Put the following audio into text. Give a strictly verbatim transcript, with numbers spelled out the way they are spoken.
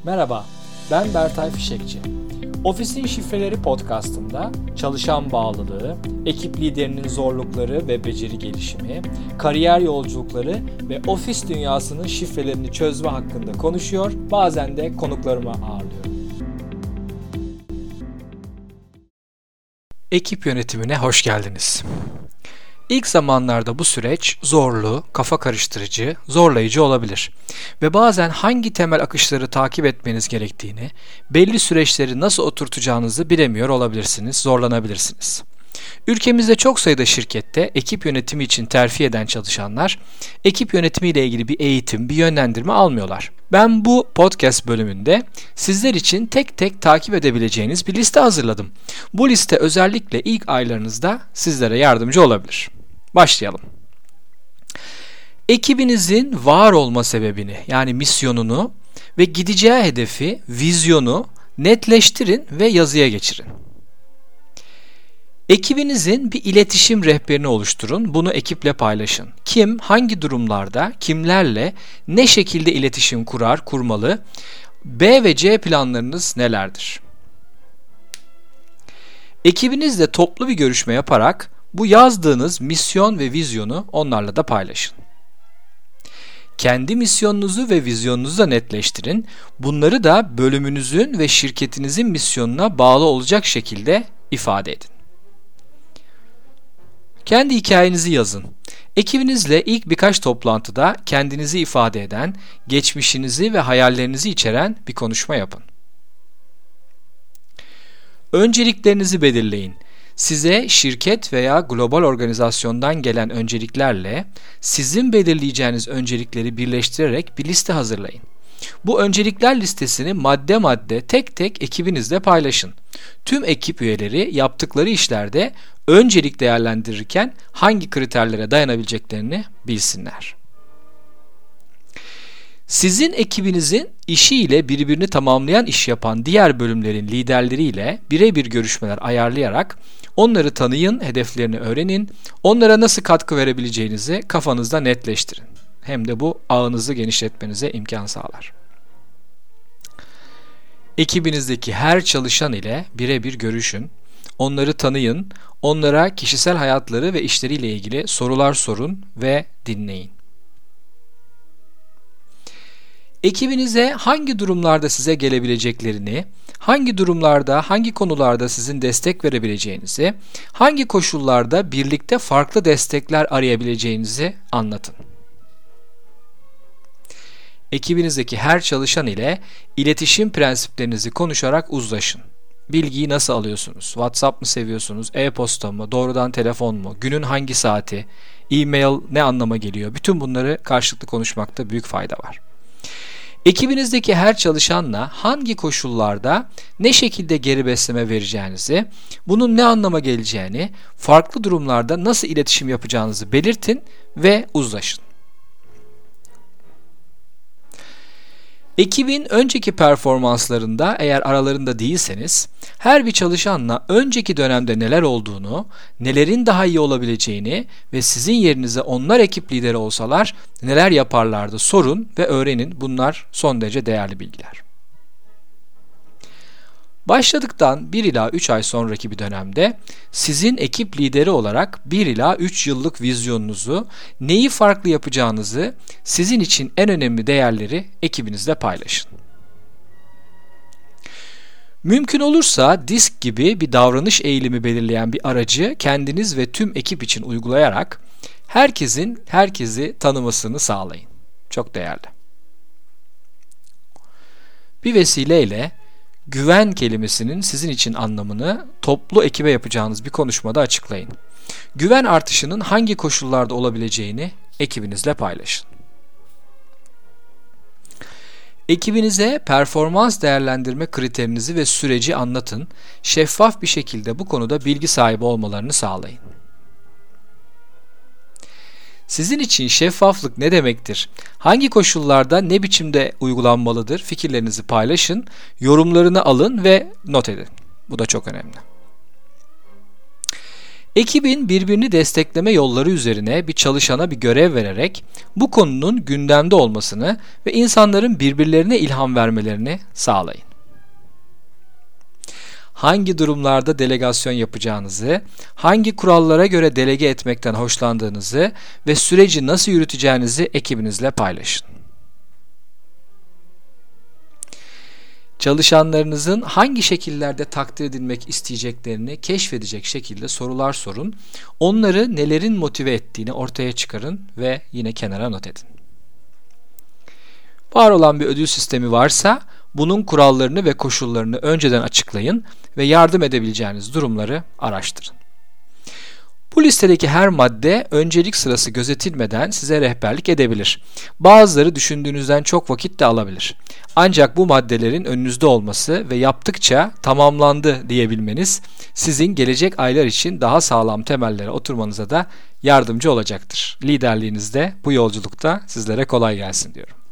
Merhaba, ben Bertay Fişekçi. Ofisin Şifreleri podcastında çalışan bağlılığı, ekip liderinin zorlukları ve beceri gelişimi, kariyer yolculukları ve ofis dünyasının şifrelerini çözme hakkında konuşuyor, bazen de konuklarımı ağırlıyorum. Ekip yönetimine hoş geldiniz. İlk zamanlarda bu süreç zorlu, kafa karıştırıcı, zorlayıcı olabilir ve bazen hangi temel akışları takip etmeniz gerektiğini, belli süreçleri nasıl oturtacağınızı bilemiyor olabilirsiniz, zorlanabilirsiniz. Ülkemizde çok sayıda şirkette ekip yönetimi için terfi eden çalışanlar, ekip yönetimiyle ilgili bir eğitim, bir yönlendirme almıyorlar. Ben bu podcast bölümünde sizler için tek tek takip edebileceğiniz bir liste hazırladım. Bu liste özellikle ilk aylarınızda sizlere yardımcı olabilir. Başlayalım. Ekibinizin var olma sebebini, yani misyonunu ve gideceği hedefi, vizyonu netleştirin ve yazıya geçirin. Ekibinizin bir iletişim rehberini oluşturun, bunu ekiple paylaşın. Kim, hangi durumlarda, kimlerle, ne şekilde iletişim kurar, kurmalı, B ve C planlarınız nelerdir? Ekibinizle toplu bir görüşme yaparak bu yazdığınız misyon ve vizyonu onlarla da paylaşın. Kendi misyonunuzu ve vizyonunuzu da netleştirin. Bunları da bölümünüzün ve şirketinizin misyonuna bağlı olacak şekilde ifade edin. Kendi hikayenizi yazın. Ekibinizle ilk birkaç toplantıda kendinizi ifade eden, geçmişinizi ve hayallerinizi içeren bir konuşma yapın. Önceliklerinizi belirleyin. Size şirket veya global organizasyondan gelen önceliklerle sizin belirleyeceğiniz öncelikleri birleştirerek bir liste hazırlayın. Bu öncelikler listesini madde madde tek tek ekibinizle paylaşın. Tüm ekip üyeleri yaptıkları işlerde öncelik değerlendirirken hangi kriterlere dayanabileceklerini bilsinler. Sizin ekibinizin işiyle birbirini tamamlayan iş yapan diğer bölümlerin liderleriyle birebir görüşmeler ayarlayarak onları tanıyın, hedeflerini öğrenin, onlara nasıl katkı verebileceğinizi kafanızda netleştirin. Hem de bu ağınızı genişletmenize imkan sağlar. Ekibinizdeki her çalışan ile birebir görüşün, onları tanıyın, onlara kişisel hayatları ve işleriyle ilgili sorular sorun ve dinleyin. Ekibinize hangi durumlarda size gelebileceklerini, hangi durumlarda, hangi konularda sizin destek verebileceğinizi, hangi koşullarda birlikte farklı destekler arayabileceğinizi anlatın. Ekibinizdeki her çalışan ile iletişim prensiplerinizi konuşarak uzlaşın. Bilgiyi nasıl alıyorsunuz? WhatsApp mı seviyorsunuz? E-posta mı? Doğrudan telefon mu? Günün hangi saati? E-mail ne anlama geliyor? Bütün bunları karşılıklı konuşmakta büyük fayda var. Ekibinizdeki her çalışanla hangi koşullarda ne şekilde geri besleme vereceğinizi, bunun ne anlama geleceğini, farklı durumlarda nasıl iletişim yapacağınızı belirtin ve uzlaşın. Ekibin önceki performanslarında eğer aralarında değilseniz, her bir çalışanla önceki dönemde neler olduğunu, nelerin daha iyi olabileceğini ve sizin yerinize onlar ekip lideri olsalar neler yaparlardı sorun ve öğrenin. Bunlar son derece değerli bilgiler. Başladıktan bir ila üç ay sonraki bir dönemde sizin ekip lideri olarak bir ila üç yıllık vizyonunuzu, neyi farklı yapacağınızı, sizin için en önemli değerleri ekibinizle paylaşın. Mümkün olursa disk gibi bir davranış eğilimi belirleyen bir aracı kendiniz ve tüm ekip için uygulayarak herkesin herkesi tanımasını sağlayın. Çok değerli. Bir vesileyle güven kelimesinin sizin için anlamını toplu ekibe yapacağınız bir konuşmada açıklayın. Güven artışının hangi koşullarda olabileceğini ekibinizle paylaşın. Ekibinize performans değerlendirme kriterinizi ve süreci anlatın. Şeffaf bir şekilde bu konuda bilgi sahibi olmalarını sağlayın. Sizin için şeffaflık ne demektir? Hangi koşullarda ne biçimde uygulanmalıdır? Fikirlerinizi paylaşın, yorumlarını alın ve not edin. Bu da çok önemli. Ekibin birbirini destekleme yolları üzerine bir çalışana bir görev vererek bu konunun gündemde olmasını ve insanların birbirlerine ilham vermelerini sağlayın. Hangi durumlarda delegasyon yapacağınızı, hangi kurallara göre delege etmekten hoşlandığınızı ve süreci nasıl yürüteceğinizi ekibinizle paylaşın. Çalışanlarınızın hangi şekillerde takdir edilmek isteyeceklerini keşfedecek şekilde sorular sorun, onları nelerin motive ettiğini ortaya çıkarın ve yine kenara not edin. Var olan bir ödül sistemi varsa, bunun kurallarını ve koşullarını önceden açıklayın ve yardım edebileceğiniz durumları araştırın. Bu listedeki her madde öncelik sırası gözetilmeden size rehberlik edebilir. Bazıları düşündüğünüzden çok vakit de alabilir. Ancak bu maddelerin önünüzde olması ve yaptıkça tamamlandı diyebilmeniz sizin gelecek aylar için daha sağlam temellere oturmanıza da yardımcı olacaktır. Liderliğinizde bu yolculukta sizlere kolay gelsin diyorum.